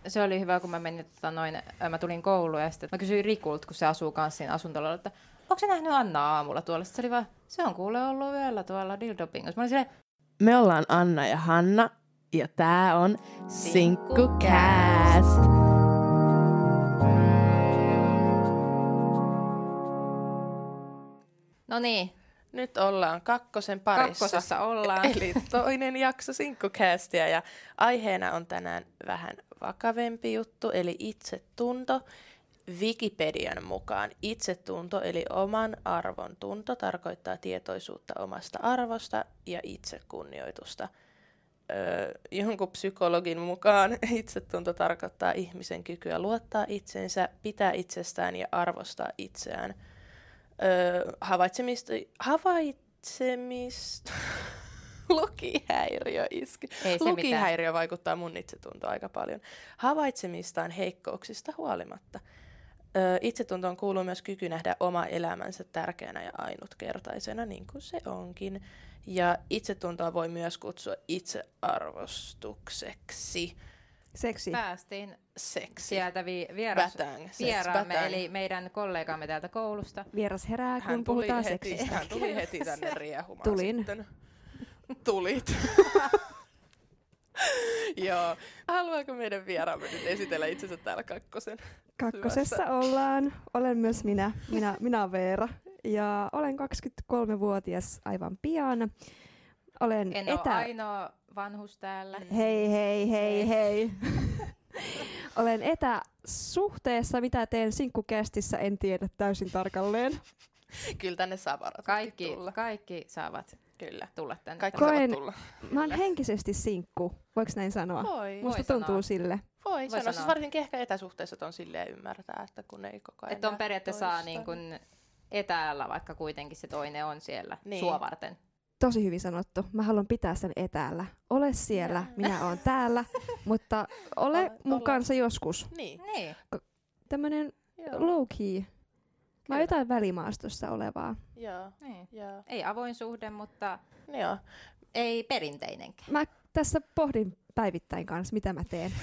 se oli hyvä, kun mä menin, mä tulin kouluun ja sitten mä kysyin Rikulta, kun se asuu kanssa siinä asuntolalla, että onko se nähnyt Annaa aamulla tuolla? Sitten se oli vaan, se on kuule ollut yöllä tuolla Dildopingossa. Mä olin silleen, me ollaan Anna ja Hanna ja tää on SinkkuCast. no niin, Nyt ollaan kakkosen parissa. kakkosessa ollaan. Eli toinen jakso SinkkuCastia ja aiheena on tänään vähän vakavempi juttu, eli itsetunto. Wikipedian mukaan itsetunto eli oman arvon tunto tarkoittaa tietoisuutta omasta arvosta ja itsekunnioitusta. Jonkun psykologin mukaan itsetunto tarkoittaa ihmisen kykyä luottaa itsensä, pitää itsestään ja arvostaa itseään. Lukihäiriö iski. Lukihäiriö vaikuttaa mun itsetuntoon aika paljon. Havaitsemistaan heikkouksista huolimatta. Itsetuntoon kuuluu myös kyky nähdä oma elämänsä tärkeänä ja ainutkertaisena, niin kuin se onkin. Ja itsetuntoa voi myös kutsua itsearvostukseksi. Seksi. Päästiin Seksi. sieltä vieraamme, eli meidän kollegamme täältä koulusta. Vieras herää, kun puhutaan seksistä. Hän tuli heti tänne riehumaan. Tulin. Sitten. Tulit. Joo. Haluaako meidän vieraamme nyt esitellä itsensä täällä kakkosen? Kakkosessa syvässä? ollaan. Olen myös minä. Minä olen Veera. Ja olen 23-vuotias aivan pian. Olen En ole ainoa vanhus täällä. Hei. Olen etäsuhteessa. Mitä teen SinkkuCastissa, en tiedä täysin tarkalleen. Kyllä tänne saa varmasti tulla. Kaikki saavat Kyllä. tulla tänne. Kaikki Koen- saavat tulla. Mä oon henkisesti sinkku. Voiko näin sanoa? Voi. Musta Voi tuntuu sanoa. sille. Voi sanoa. Siis sanoa. varsinkin ehkä etäsuhteessa on silleen ymmärtää, että kun ei koko ajan Että on näe periaatteessa toista. niin kuin etäällä, vaikka kuitenkin se toinen on siellä Niin. sua varten. Tosi hyvin sanottu. Mä haluan pitää sen etäällä. Ole siellä, minä oon täällä, mutta ole mun Ole. kanssa joskus. Niin. Niin. Tämmönen Joo. low key. Mä Kyllä. oon jotain välimaastossa olevaa. Joo. niin. Joo. Ei avoin suhde, mutta Joo. ei perinteinenkään. Mä tässä pohdin päivittäin kanssa, mitä mä teen.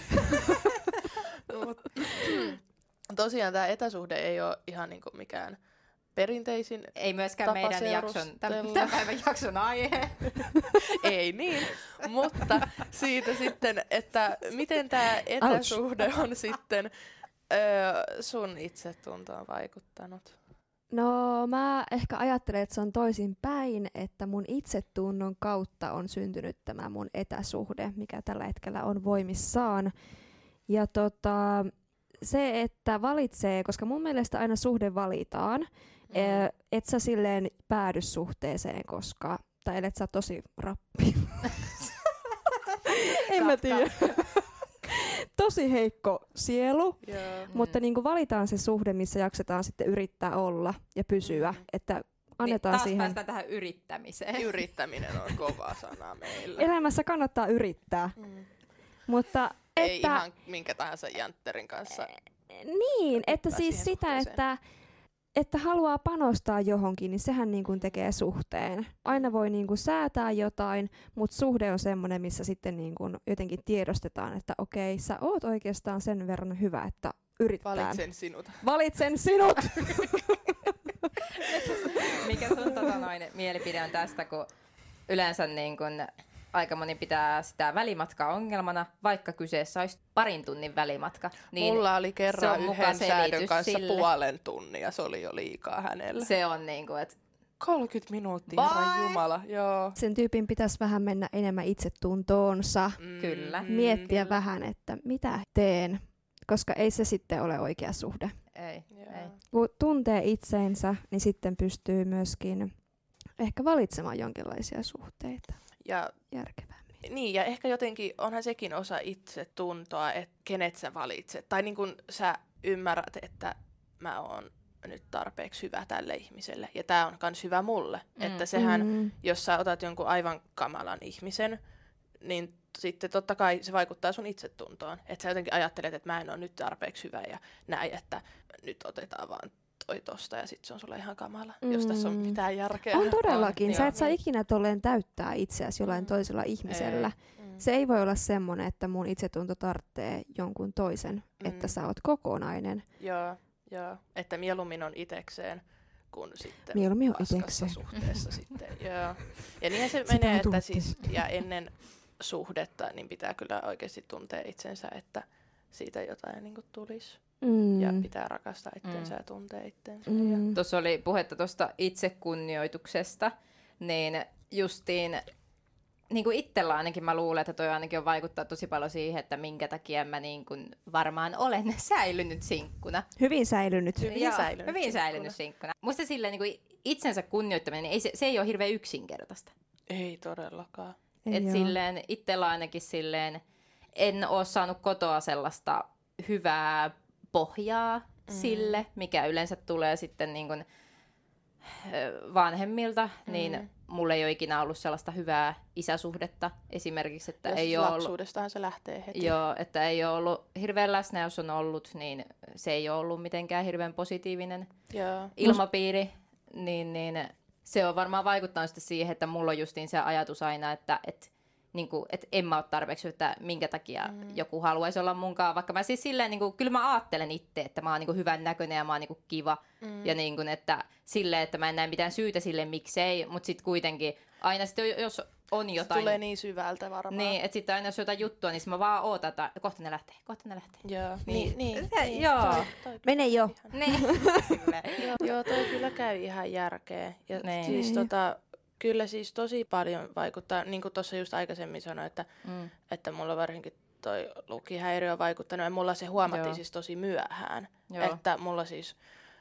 Tosiaan tämä etäsuhde ei ole ihan niinku mikään perinteisin. Ei myöskään Tapa meidän seurustella. tämän päivän jakson aihe. Ei niin, mutta siitä sitten, että miten tämä etäsuhde on sitten sun itsetuntoon vaikuttanut. No mä ehkä ajattelen, että se on toisin päin, että mun itsetunnon kautta on syntynyt tämä mun etäsuhde, mikä tällä hetkellä on voimissaan. Ja se, että valitsee, koska mun mielestä aina suhde valitaan, et sä silleen päädy suhteeseen, koska, tai ellet sä tosi rappi. En mä tiedä. Tosi heikko sielu, Joo. mutta niin kuin valitaan se suhde, missä jaksetaan sitten yrittää olla ja pysyä, että annetaan taas siihen. päästään tähän yrittämiseen. Yrittäminen on kova sana meillä. Elämässä kannattaa yrittää, mutta Ei että, ihan minkä tahansa jantterin kanssa. niin, että hyppää siis siihen sitä, suhteeseen. että haluaa panostaa johonkin, niin sehän niin kuin tekee suhteen. Aina voi niin kuin säätää jotain, mutta suhde on semmoinen, missä sitten niin kuin jotenkin tiedostetaan, että okei, sä oot oikeastaan sen verran hyvä, että yritetään. Valitsen sinut. Mikä sun mielipide on tästä, kun yleensä niin kun aika moni pitää sitä välimatkaa ongelmana, vaikka kyseessä olisi parin tunnin välimatka. Niin Mulla oli se kerran on muka yhden säädön selitys kanssa sille. puolen tunnia, se oli jo liikaa hänellä. Se on niin kuin, että 30 minuuttia, herran jumala, joo. Sen tyypin pitäisi vähän mennä enemmän itsetuntoonsa, Kyllä. miettiä vähän, että mitä teen, koska ei se sitten ole oikea suhde. ei. Kun tuntee itsensä, niin sitten pystyy myöskin ehkä valitsemaan jonkinlaisia suhteita Ja järkevämmin. niin, ja ehkä jotenkin onhan sekin osa itsetuntoa, että kenet sä valitset. Tai niin kun sä ymmärrät, että mä oon nyt tarpeeksi hyvä tälle ihmiselle. Ja tää on kans hyvä mulle. Että sehän, jos sä otat jonkun aivan kamalan ihmisen, niin sitten totta kai se vaikuttaa sun itsetuntoon. Että sä jotenkin ajattelet, että mä en ole nyt tarpeeksi hyvä ja näin, että nyt otetaan vaan toi tosta ja sit se on sulle ihan kamala, jos tässä on mitään järkeä. On todellakin. On, Sä joo. et saa ikinä tolleen täyttää itseäsi jollain toisella ihmisellä. Se ei voi olla semmoinen, että mun itsetunto tarvitsee jonkun toisen, että sä oot kokonainen. Joo. Että mieluummin on itekseen kuin sitten Mieluummin on paskassa itekseen. suhteessa sitten. Joo. Ja niinhän se Sitä menee, on että tullut siis, ja ennen suhdetta niin pitää kyllä oikeasti tuntea itsensä, että siitä jotain niin kuin tulisi. Ja pitää rakastaa itsensä ja tuntea itsensä. Ja Tuossa oli puhetta tuosta itsekunnioituksesta, niin justiin niin kuin itsellä ainakin mä luulen, että toi ainakin on vaikuttaa tosi paljon siihen, että minkä takia mä niin kuin varmaan olen säilynyt sinkkuna. Hyvin säilynyt. Hyvin säilynyt sinkkuna. Musta silleen niin kuin itsensä kunnioittaminen, niin se ei ole hirveän yksinkertaista. ei todellakaan. Et silleen, itsellä ainakin silleen, en ole saanut kotoa sellaista hyvää pohjaa sille, mikä yleensä tulee sitten niin kuin vanhemmilta, niin mulla ei ole ikinä ollut sellaista hyvää isäsuhdetta esimerkiksi, että ja ei siis ole ollut, lapsuudestahan se lähtee heti. joo, että ei ole ollut hirveän läsnä, jos on ollut, niin se ei ole ollut mitenkään hirveän positiivinen Joo. ilmapiiri, niin se on varmaan vaikuttanut sitten siihen, että mulla on justiin se ajatus aina, että niinku, et en mä ole tarpeeksi, että minkä takia joku haluaisi olla munkaan, vaikka mä siis silleen, niinku, kyllä mä ajattelen itse, että mä oon niinku hyvän näköinen ja mä oon niinku kiva, ja niinku, että silleen, että mä en näe mitään syytä sille, miksei, mutta sitten kuitenkin aina sitten, jos on jotain... Tulee niin syvältä varmaan. Niin, että sitten aina jos on jotain juttua, niin mä vaan ootan, että kohta ne lähtee. Joo. Niin. Niin. Joo. Mene jo. Niin. Joo, toi kyllä käy ihan järkeä. Ja Niin. siis kyllä siis tosi paljon vaikuttaa, niin kuin tuossa just aikaisemmin sanoin, että mulla varsinkin toi lukihäiriö on vaikuttanut, ja mulla se huomattiin Joo. siis tosi myöhään. Joo. Että mulla siis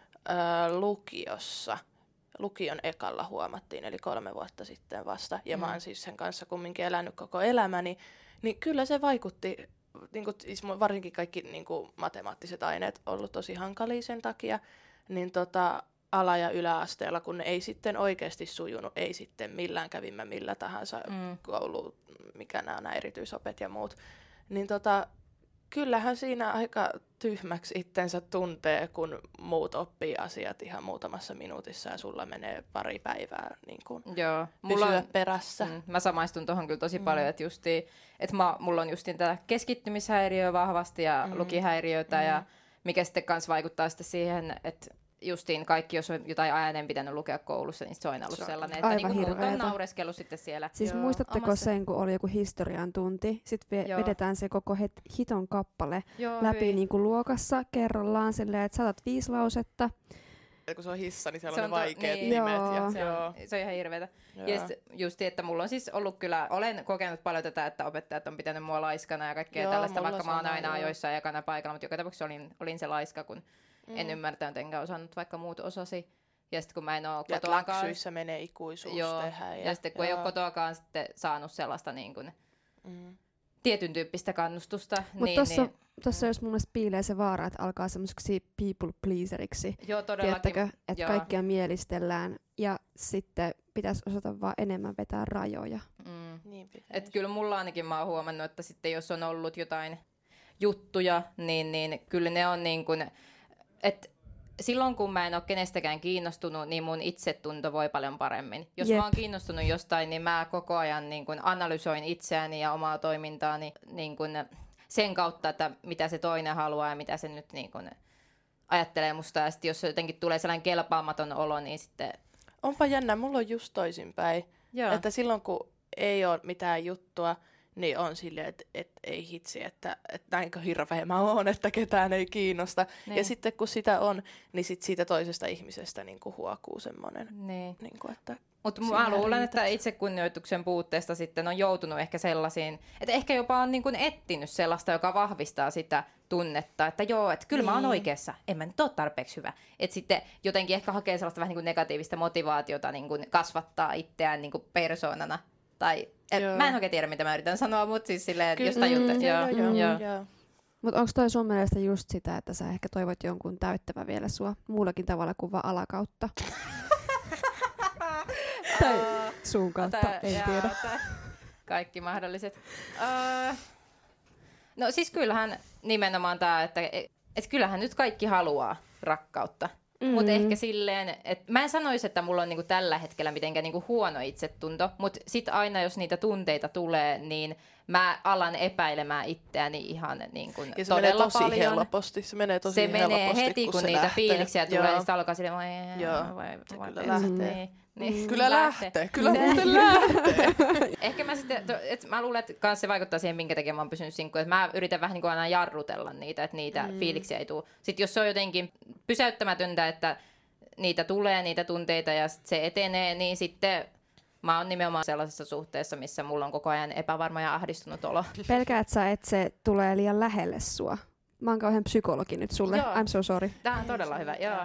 lukion ekalla huomattiin, eli 3 vuotta sitten vasta, ja mä oon siis sen kanssa kumminkin elänyt koko elämäni, niin kyllä se vaikutti, niin kuin, siis varsinkin kaikki niin kuin matemaattiset aineet ollut tosi hankalia sen takia, niin ala- ja yläasteella, kun ne ei sitten oikeasti sujunut, ei sitten millään kävimme millä tahansa koulu, mikä nämä erityisopet ja muut, niin kyllähän siinä aika tyhmäksi itsensä tuntee, kun muut oppii asiat ihan muutamassa minuutissa ja sulla menee pari päivää niin kuin Joo. pysyä perässä. Mä samaistun tuohon kyllä tosi paljon, että justiin, että mulla on justiin tätä keskittymishäiriöä vahvasti ja lukihäiriötä, ja mikä sitten kanssa vaikuttaa sitten siihen, että justiin kaikki, jos on jotain ääneen pitänyt lukea koulussa, niin se on aina ollut sellainen, että aivan niinku muut on hirveetä. naureskellut sitten siellä. Siis muistatteko sen, kun oli joku historian tunti, sitten vedetään se koko hiton kappale läpi niin kuin luokassa kerrallaan silleen, että 105 lausetta. Ja kun se on hissa, niin siellä Se on on ne vaikeat niin. nimet. Joo. Se on ihan hirveetä. Joo. Ja just, että mulla on siis ollut kyllä, olen kokenut paljon tätä, että opettajat on pitänyt mua laiskana ja kaikkea Joo, tällaista, mulla vaikka mä oon sama, aina joo. ajoissa ekana paikalla, mutta joka tapauksessa olin se laiska, kun en ymmärtänyt enkä osannut, vaikka muut osasi. Ja sitten kun mä en oo Ja kotoakaan... läksyissä menee ikuisuus tehdä. Ja sitten kun ei ole kotoakaan sitten saanut sellaista niin kuin tietyn tyyppistä kannustusta. Mutta tuossa jos mun mielestä piilee se vaara, että alkaa semmoiseksi people pleaseriksi. Joo, todellakin. Tiedättekö, että kaikkia mielistellään ja sitten pitäisi osata vaan enemmän vetää rajoja. Niin et kyllä mulla ainakin mä oon huomannut, että sitten jos on ollut jotain juttuja, niin kyllä ne on niin kuin, että silloin kun mä en ole kenestäkään kiinnostunut, niin mun itsetunto voi paljon paremmin. Jos mä oon kiinnostunut jostain, niin mä koko ajan niin kun analysoin itseäni ja omaa toimintaani niin kun sen kautta, että mitä se toinen haluaa ja mitä se nyt niin kun ajattelee musta. Ja sitten jos jotenkin tulee sellainen kelpaamaton olo, niin sitten... Onpa jännä, mulla on just toisinpäin. Joo. Että silloin kun ei ole mitään juttua, niin on silleen, että ei hitsi, että näinkö hirveä mä oon, että ketään ei kiinnosta. Niin. Ja sitten kun sitä on, niin sit siitä toisesta ihmisestä niin kuin huokuu semmoinen. Niin. Niin kuin, että Mutta mä luulen, että itsekunnioituksen puutteesta sitten on joutunut ehkä sellaisiin, että ehkä jopa on niin kuin etsinyt sellaista, joka vahvistaa sitä tunnetta, että joo, että kyllä mä oon oikeassa, en mä nyt ole tarpeeksi hyvä. Että sitten jotenkin ehkä hakee sellaista vähän niin kuin negatiivista motivaatiota niin kuin kasvattaa itseään niin kuin persoonana. Tai mä en oikein tiedä, mitä mä yritän sanoa, mutta siis silleen, jos tajutte. Joo. Mutta onko toi sun mielestä just sitä, että sä ehkä toivot jonkun täyttävä vielä sua muullakin tavalla kuin vaan alakautta? Tai suun kautta, en tiedä. Kaikki mahdolliset. No siis kyllähän nimenomaan tämä, että kyllähän nyt kaikki haluaa rakkautta. Mutta ehkä silleen, että mä en sanoisi, että mulla on niinku tällä hetkellä mitenkään niinku huono itsetunto, mutta sitten aina jos niitä tunteita tulee, niin mä alan epäilemään itseäni ihan niinku Ja se todella menee tosi paljon. helposti. Se menee tosi Se helposti, menee heti, kun se niitä lähtee. fiiliksiä tulee, Joo. niin sitä alkaa silleen, Se kyllä lähtee. Kyllä lähtee. Kyllä muuten lähtee. Ehkä mä sitten, mä luulen, että kans se vaikuttaa siihen, minkä takia mä oon pysynyt sinkkuun, että mä yritän vähän niin kuin aina jarrutella niitä, että niitä fiiliksiä ei tule. Sitten jos se on jotenkin pysäyttämätöntä, että niitä tulee, niitä tunteita ja sit se etenee, niin sitten mä oon nimenomaan sellaisessa suhteessa, missä mulla on koko ajan epävarma ja ahdistunut olo. Pelkäät sä, että se tulee liian lähelle sua? Mä oon kauhean psykologi nyt sulle. Joo. I'm so sorry. Tää on todella hyvä, joo.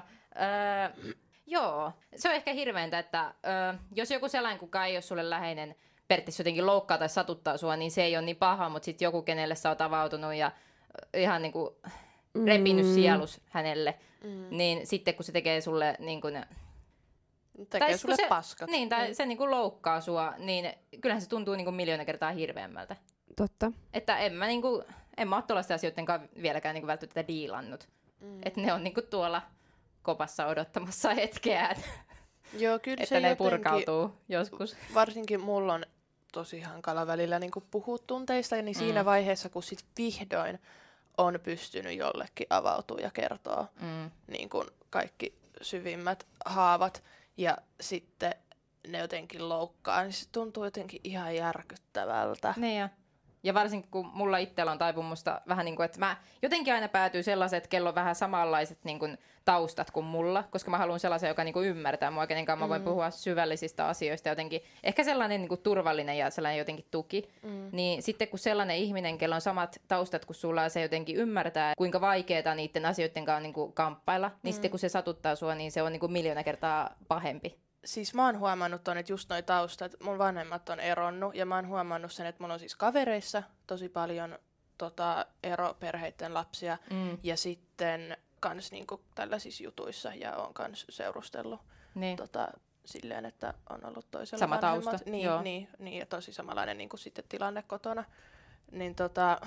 Joo, se on ehkä hirveintä, että jos joku sellainen, kuka ei ole sulle läheinen, periaatteessa jotenkin loukkaa tai satuttaa sua, niin se ei ole niin paha, mutta sitten joku, kenelle sä oot avautunut ja ihan niinku repinyt sielus hänelle, niin sitten kun se tekee sulle niin kuin, Tekee sulle se, paskat. niin, tai se niin kuin loukkaa sua, niin kyllähän se tuntuu niin kuin miljoona kertaa hirveämmältä. Totta. Että en mä ole tuollaisten asioiden kanssa vieläkään niin kuin välttämättä diilannut. Että ne on niin kuin tuolla kopassa odottamassa hetkeä, Joo, kyllä että se ne jotenkin, purkautuu joskus. varsinkin mulla on tosi hankala välillä niin puhua tunteista, niin siinä vaiheessa, kun sit vihdoin on pystynyt jollekin avautua ja kertoa niin kuin kaikki syvimmät haavat, ja sitten ne jotenkin loukkaa, niin se tuntuu jotenkin ihan järkyttävältä. Niin ja varsinkin kun mulla itsellä on taipumusta vähän niin kuin, että mä jotenkin aina päätyy sellaiset, että kello on vähän samanlaiset niin kuin taustat kuin mulla, koska mä haluan sellaisen, joka niin kuin ymmärtää mua, kenen kanssa mä voin puhua syvällisistä asioista jotenkin. Ehkä sellainen niin kuin turvallinen ja sellainen jotenkin tuki. Niin sitten kun sellainen ihminen, kello on samat taustat kuin sulla, ja se jotenkin ymmärtää, kuinka vaikeaa niiden asioiden kanssa niin kuin kamppailla, niin sitten kun se satuttaa sua, niin se on niin kuin miljoona kertaa pahempi. Siis mä oon huomannut ton, että just noi taustat, mun vanhemmat on eronnut, ja mä oon huomannut sen, että mulla on siis kavereissa tosi paljon eroperheiden lapsia, ja sitten kans niinku tällaisissa jutuissa, ja oon kans seurustellut Niin. silleen, että on ollut toisella Sama vanhemmat. tausta, Niin, joo. niin, ja tosi samanlainen niinku sitten tilanne kotona. Niin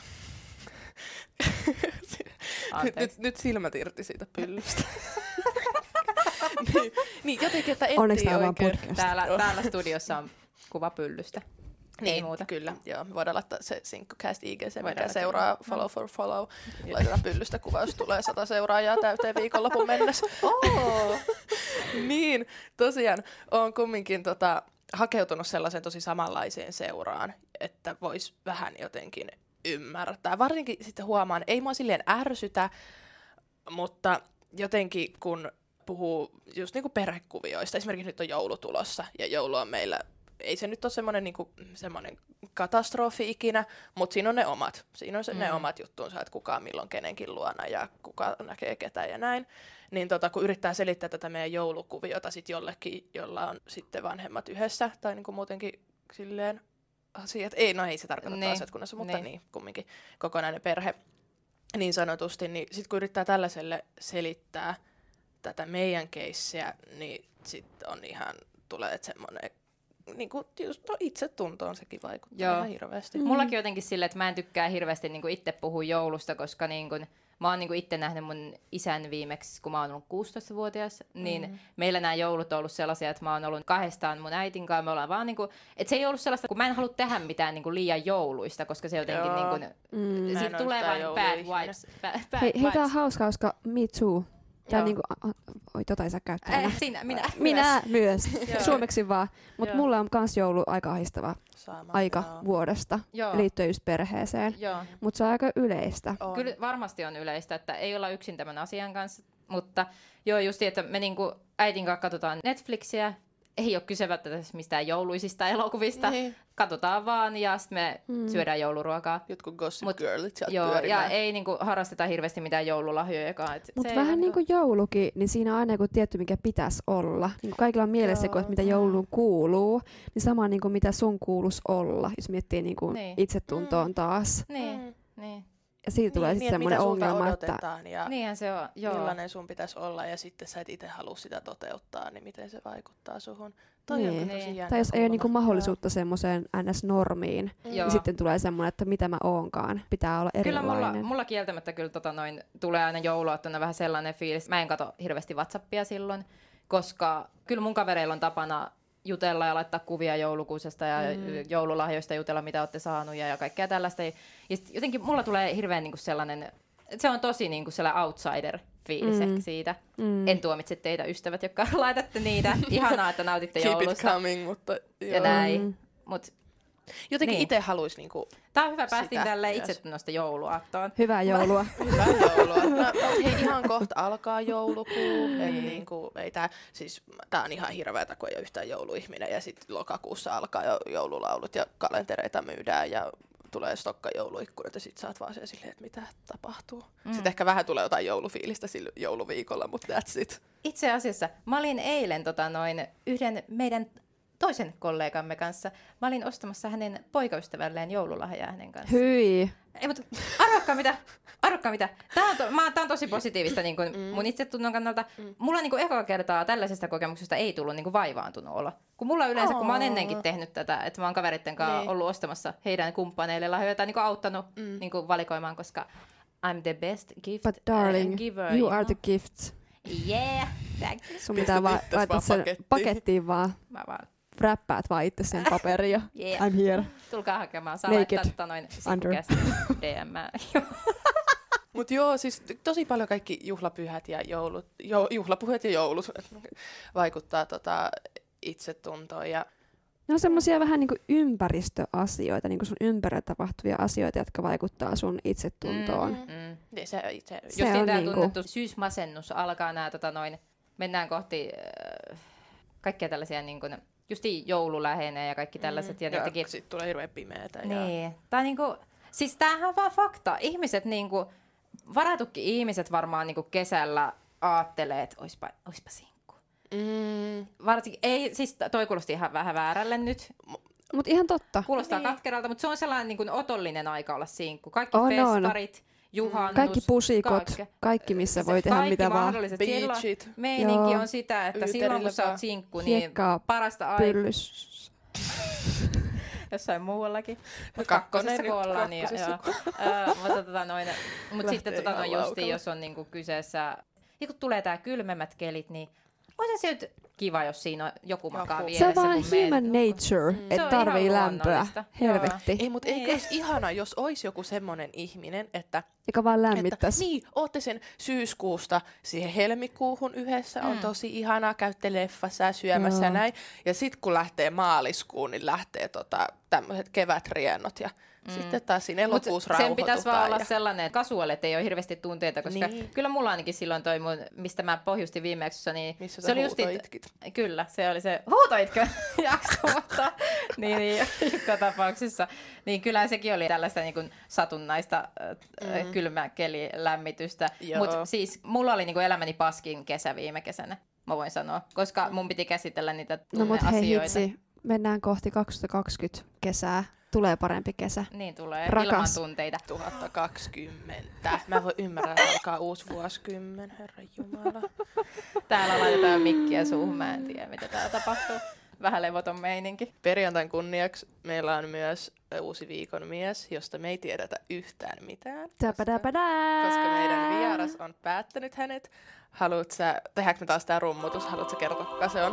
nyt silmät irti siitä pyllystä. niin, jotenkin, että Onneksi tää on vaan oikein. podcast. Täällä studiossa on kuva pyllystä. Ei Niin, muuta. kyllä. Joo, me voidaan laittaa se Sinkkocast IG, se Voidaan mikä seuraa follow for follow. Laitetaan pyllystä kuva, jos tulee 100 seuraajaa täyteen viikonlopun mennessä. Niin, tosiaan olen kumminkin hakeutunut sellaisen tosi samanlaiseen seuraan, että vois vähän jotenkin ymmärtää. Varsinkin sitten huomaan, ei mua silleen ärsytä, mutta jotenkin kun puhuu just niinku perhekuvioista, esimerkiksi nyt on joulu tulossa ja joulu on meillä, ei se nyt ole semmoinen niinku, katastrofi ikinä, mutta siinä on ne omat. Siinä on ne omat juttuunsa, että kuka on milloin kenenkin luona ja kuka näkee ketä ja näin. Niin kun yrittää selittää tätä meidän joulukuviota sit jollekin, jolla on sitten vanhemmat yhdessä tai niinku muutenkin silleen asiat. Ei se tarkoita asiat kunnassa, mutta niin kumminkin kokonainen perhe niin sanotusti. Niin sitten kun yrittää tällaiselle selittää tätä meidän keissiä, niin sitten on ihan, tulee semmoinen, niinku just itsetuntoon sekin vaikuttaa ihan hirveästi. Mullakin jotenkin silleen, että mä en tykkää hirveästi niinku itse puhua joulusta, koska niinku, mä oon niinku itse nähnyt mun isän viimeksi, kun mä oon ollut 16-vuotias, niin meillä nämä joulut on ollut sellaisia, että mä oon ollut kahdestaan mun äitin kanssa, me ollaan vaan niinku, että se ei ollut sellaista, kun mä en halua tehdä mitään niinku liian jouluista, koska se jotenkin niinku, siitä tulee vain bad vibes. Hei, tää on hauska, koska me too. Tää niinku, oi ei saa käyttää. Minä myös. Suomeksi vaan. Mut mulla on kans joulu aika ahistava aika vuodesta liittyen just perheeseen. Mut se on aika yleistä. Kyllä varmasti on yleistä, että ei olla yksin tämän asian kanssa. Mutta joo, just että me niinku äitin kanssa katsotaan Netflixiä. Ei ole kyse välttämättä mistään jouluisista elokuvista. Niin. Katsotaan vaan ja sitten me syödään jouluruokaa. Jotkut Gossip Girlit sieltä joo, pyörimään. ja ei niinku harrasteta hirveästi mitään joululahjojakaan. Mutta vähän niin kuin joulukin, niin siinä on aina joku tietty, mikä pitäisi olla. Niin kaikilla on mielessä, että mitä jouluun kuuluu, niin sama niin kuin mitä sun kuuluisi olla, jos miettii niin kuin itsetuntoon taas. Niin. Ja siitä tulee sitten semmoinen ongelma, että ja Niinhän se on, joo. millainen sun pitäisi olla, ja sitten sä et itse halua sitä toteuttaa, niin miten se vaikuttaa suhun. Toi on Niin. tosi jännä tai jos ei ole kuulla. niinku mahdollisuutta semmoiseen NS-normiin, Joo. niin sitten tulee semmoinen, että mitä mä oonkaan. Pitää olla Kyllä erilainen. mulla kieltämättä kyllä tulee aina jouluaattona vähän sellainen fiilis. Mä en katso hirveästi WhatsAppia silloin, koska kyllä mun kavereilla on tapana jutella ja laittaa kuvia joulukuusesta ja joululahjoista jutella, mitä olette saanut ja kaikkea tällaista. Ja sit jotenkin mulla tulee hirveän niinku sellainen, se on tosi niinku sellainen outsider-fiilis ehkä siitä. En tuomitse teitä ystävät, jotka laitatte niitä. Ihanaa, että nautitte Keep joulusta. it coming, mutta Ja näin. Mut jotenkin Niin. itse haluaisi niinku tää on hyvä, päästiin Sitä tälleen myös. itsetunnosta jouluaattoon. Hyvää joulua. hyvää joulua. No, hei, ihan kohta alkaa joulukuu. Niinku, tää on ihan hirveetä, kun ei ole yhtään jouluihminen. Ja sitten lokakuussa alkaa jo joululaulut ja kalentereita myydään ja tulee stokka jouluikkunat ja sit sä oot vaan siellä silleen, että mitä tapahtuu. Sitten ehkä vähän tulee jotain joulufiilistä sillä jouluviikolla, mutta that's it. Itse asiassa mä olin eilen yhden meidän toisen kollegamme kanssa. Mä olin ostamassa hänen poikaystävälleen joululahjaa hänen kanssaan. Hyi. Ei, mutta arvokkaa mitä. Tää on tosi positiivista niin kuin mun itsetunnon kannalta. Mulla niin kuin ekaa kertaa tällaisesta kokemuksesta ei tullut niin kuin vaivaantunut olla. Kun mulla yleensä, kun mä oon ennenkin tehnyt tätä, että mä oon kaveritten kanssa Niin. ollut ostamassa heidän kumppaneille lahjoja tai niin kuin auttanut niin kuin valikoimaan, koska I'm the best gift But darling, giver. you are the gift. Yeah, thank you. Sun pitää Pistät itses laittaa vaan sen pakettiin. pakettiin vaan. Mä vaan, Räppäät vaan itse sen paperin ja yeah. I'm here. Tulkaa hakemaan. Saa Naked laittaa under. DM. Mut joo, siis tosi paljon kaikki juhlapyhät ja juhlapyhät ja joulut vaikuttaa itsetuntoon. Ja Ne on semmosia vähän niinku ympäristöasioita, niinku sun ympärillä tapahtuvia asioita, jotka vaikuttaa sun itsetuntoon. se itse Se Justiin on tää niinku- tunnettu syysmasennus alkaa nää mennään kohti kaikkia tällaisia niin kuin, justiin joulu lähenee ja kaikki tällaiset. Ja jotenkin, sitten tulee hirveän pimeätä. niin. Tää niinku, siis tämähän on vaan fakta. Ihmiset niinku, varatukin ihmiset varmaan niinku kesällä aattelee, että oispa sinkku. Varsinkin, ei, siis toi kuulosti ihan vähän väärälle nyt. Mut ihan totta. Kuulostaa katkeralta, mutta se on sellainen niin kuin otollinen aika olla sinkku. Kaikki On. festarit, juhannus. Kaikki pusikot, kaikki missä voi tehdä kaikki mitä vaan. mahdolliset. Silloin Beachit. meininki Joo. on sitä, että Yyterillä silloin kun sä vaan. oot sinkku, niin Hiekkaa parasta aikaa. Pyllys. Jossain muuallakin. Mut Kakkonen kakkosessa kun nyt, ollaan, niin mutta sitten Lähtee ihan justiin, laukalla. jos on niinku kyseessä, ja kun tulee tää kylmemmät kelit, niin on se nyt kiva, jos siinä on joku makaa Joku. vieressä. Se on vaan kun meet. human nature, Se että on tarvii ihan lämpöä. luonnollista. Helvetti. Ei, mutta eikö olisi ihana, jos olisi joku semmoinen ihminen, että Joka vaan lämmittäisi. niin, ootte sen syyskuusta siihen helmikuuhun yhdessä, on tosi ihanaa, käytte leffassa ja syömässä ja Joo. näin. Ja sitten kun lähtee maaliskuun, niin lähtee tämmöiset kevätriennot ja sitten taas siinä Mut elokuussa sen pitäisi vaan rauhoitutaan. olla sellainen kasuaali, että ei ole hirveästi tunteita, koska Niin. kyllä mulla ainakin silloin toi mun, mistä mä pohjustin viime jaksossa, niin Missä se sä oli just huutoitkit. Kyllä, se oli se huutoitkö jakso, mutta niin, joka tapauksessa. Niin kyllä sekin oli tällaista niin kuin satunnaista kylmäkelilämmitystä. Joo. Mutta siis mulla oli niin kuin elämäni paskin kesä viime kesänä, mä voin sanoa, koska mun piti käsitellä niitä No mut hei tunneasioita. hitsi, mennään kohti 2020 kesää. Tulee parempi kesä. Niin tulee, Rakas. ilman tunteita. 2020. Mä voin ymmärrä, että alkaa uusi vuosikymmen, herra jumala. Täällä laitetaan mikkiä suuhun, mä en tiedä mitä täällä tapahtuu. Vähän levoton meininki. Perjantain kunniaksi meillä on myös uusi viikon mies, josta me ei tiedetä yhtään mitään. Koska meidän vieras on päättänyt hänet. Haluatko sä, tehdäänkö me taas tää rummutus? Haluatko sä kertoa, kuka se on?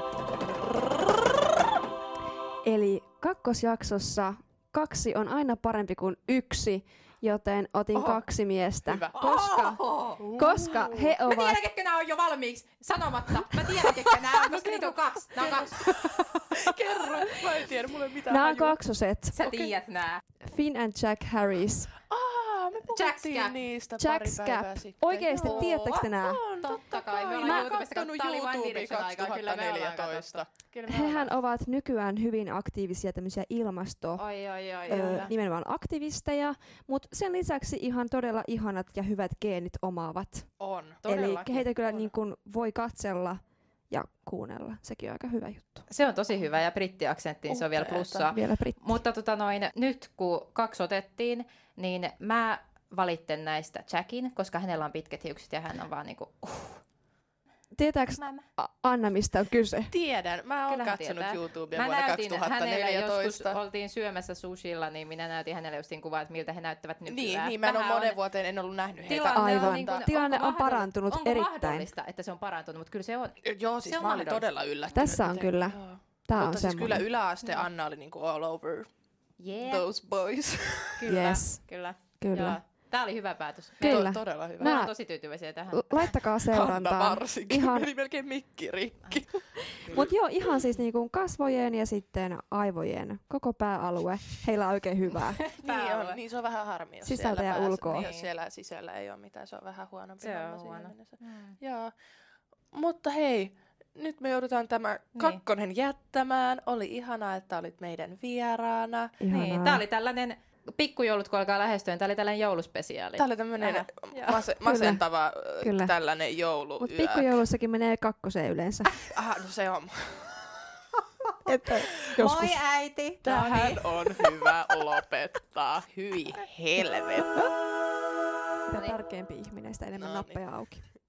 Eli kakkosjaksossa 2 on aina parempi kuin 1, joten otin 2 miestä, Hyvä. koska he Mä ovat... tiedän, ketkä nää on jo valmiiksi sanomatta. Mä tiedän, ketkä nää on, koska niitä on 2. Nää on 2. Kerro, mä en tiedä, mulla ei mitään Nämä on hajua. kaksoset. Sä tiedät nää. Finn and Jack Harris. Me Jack puhuttiin Scap. niistä Jack pari päivää Scap. sitten. Oikeesti, Joo. tiedättekö te nää? On, Totta kai, me Mä ollaan oon YouTubesta kattonut katsottu. Tää oli One YouTubea Direction aikaa, kyllä me ollaan 2014. Kyllä me Hehän ollaan. ovat nykyään hyvin aktiivisia tämmöisiä Oi. nimenomaan aktivisteja, mutta sen lisäksi ihan todella ihanat ja hyvät geenit omaavat. On. Eli Todellakin. heitä kyllä on. niin kuin voi katsella ja kuunnella. Sekin on aika hyvä juttu. Se on tosi hyvä ja brittiaksenttiin se on vielä Upeeta. plussaa. Vielä britti. Mutta nyt kun 2 otettiin, niin mä valitten näistä Jackin, koska hänellä on pitkät hiukset ja hän on vaan niinku... Tietääks Anna, mistä on kyse? Tiedän, mä oon Kyllähän katsonut tietää. YouTubea Mä vuonna näytin hänelle joskus, 2014. oltiin syömässä sushilla, niin minä näytin hänelle justiin kuvaa, että miltä he näyttävät nykyään. Niin, mä en ole Vähän monen vuoteen en ollut nähnyt heitä. Aivan. Tilanne onko on parantunut onko erittäin. mahdollista, että se on parantunut, mutta kyllä se on. Joo, siis se on mä olin mahdollista. todella yllättynyt. Tässä on miten- kyllä. Joo. Tää on Mutta siis kyllä semmoinen. yläaste Anna oli niinku all over Yeah, those boys. kyllä, Yes. kyllä. Kyllä. Joo. Tää oli hyvä päätös. Kyllä. Todella hyvä. Me Nää- ollaan tosi tyytyväisiä tähän. Laittakaa Hanna seurantaan. varsinkin. Ihan- Meni melkein mikki rikki. Mut joo, ihan siis niinku kasvojen ja sitten aivojen koko pääalue. Heillä on oikein hyvää. Niin se on vähän harmi, jos Sisältä siellä ja ulkoa. Jos siellä sisällä ei ole mitään, se on vähän huonompi. Se on homma siihen huono. mennessä. Joo. Mutta hei, nyt me joudutaan tämä kakkonen jättämään. Oli ihanaa, että olit meidän vieraana. Ihanaa. Niin, tää oli tällainen pikkujoulut, kun alkaa lähestyä, tää oli tällainen jouluspesiaali. Tämä oli tämmöinen Vähän. masentava Kyllä. tällainen jouluyö. Mut pikkujoulussakin menee kakkoseen yleensä. Aha, no se on. Että joskus. Moi äiti! Tähän on hyvä lopettaa. Hyi helvetti. Mitä tärkeämpi ihminen, sitä enemmän No niin. nappeja auki.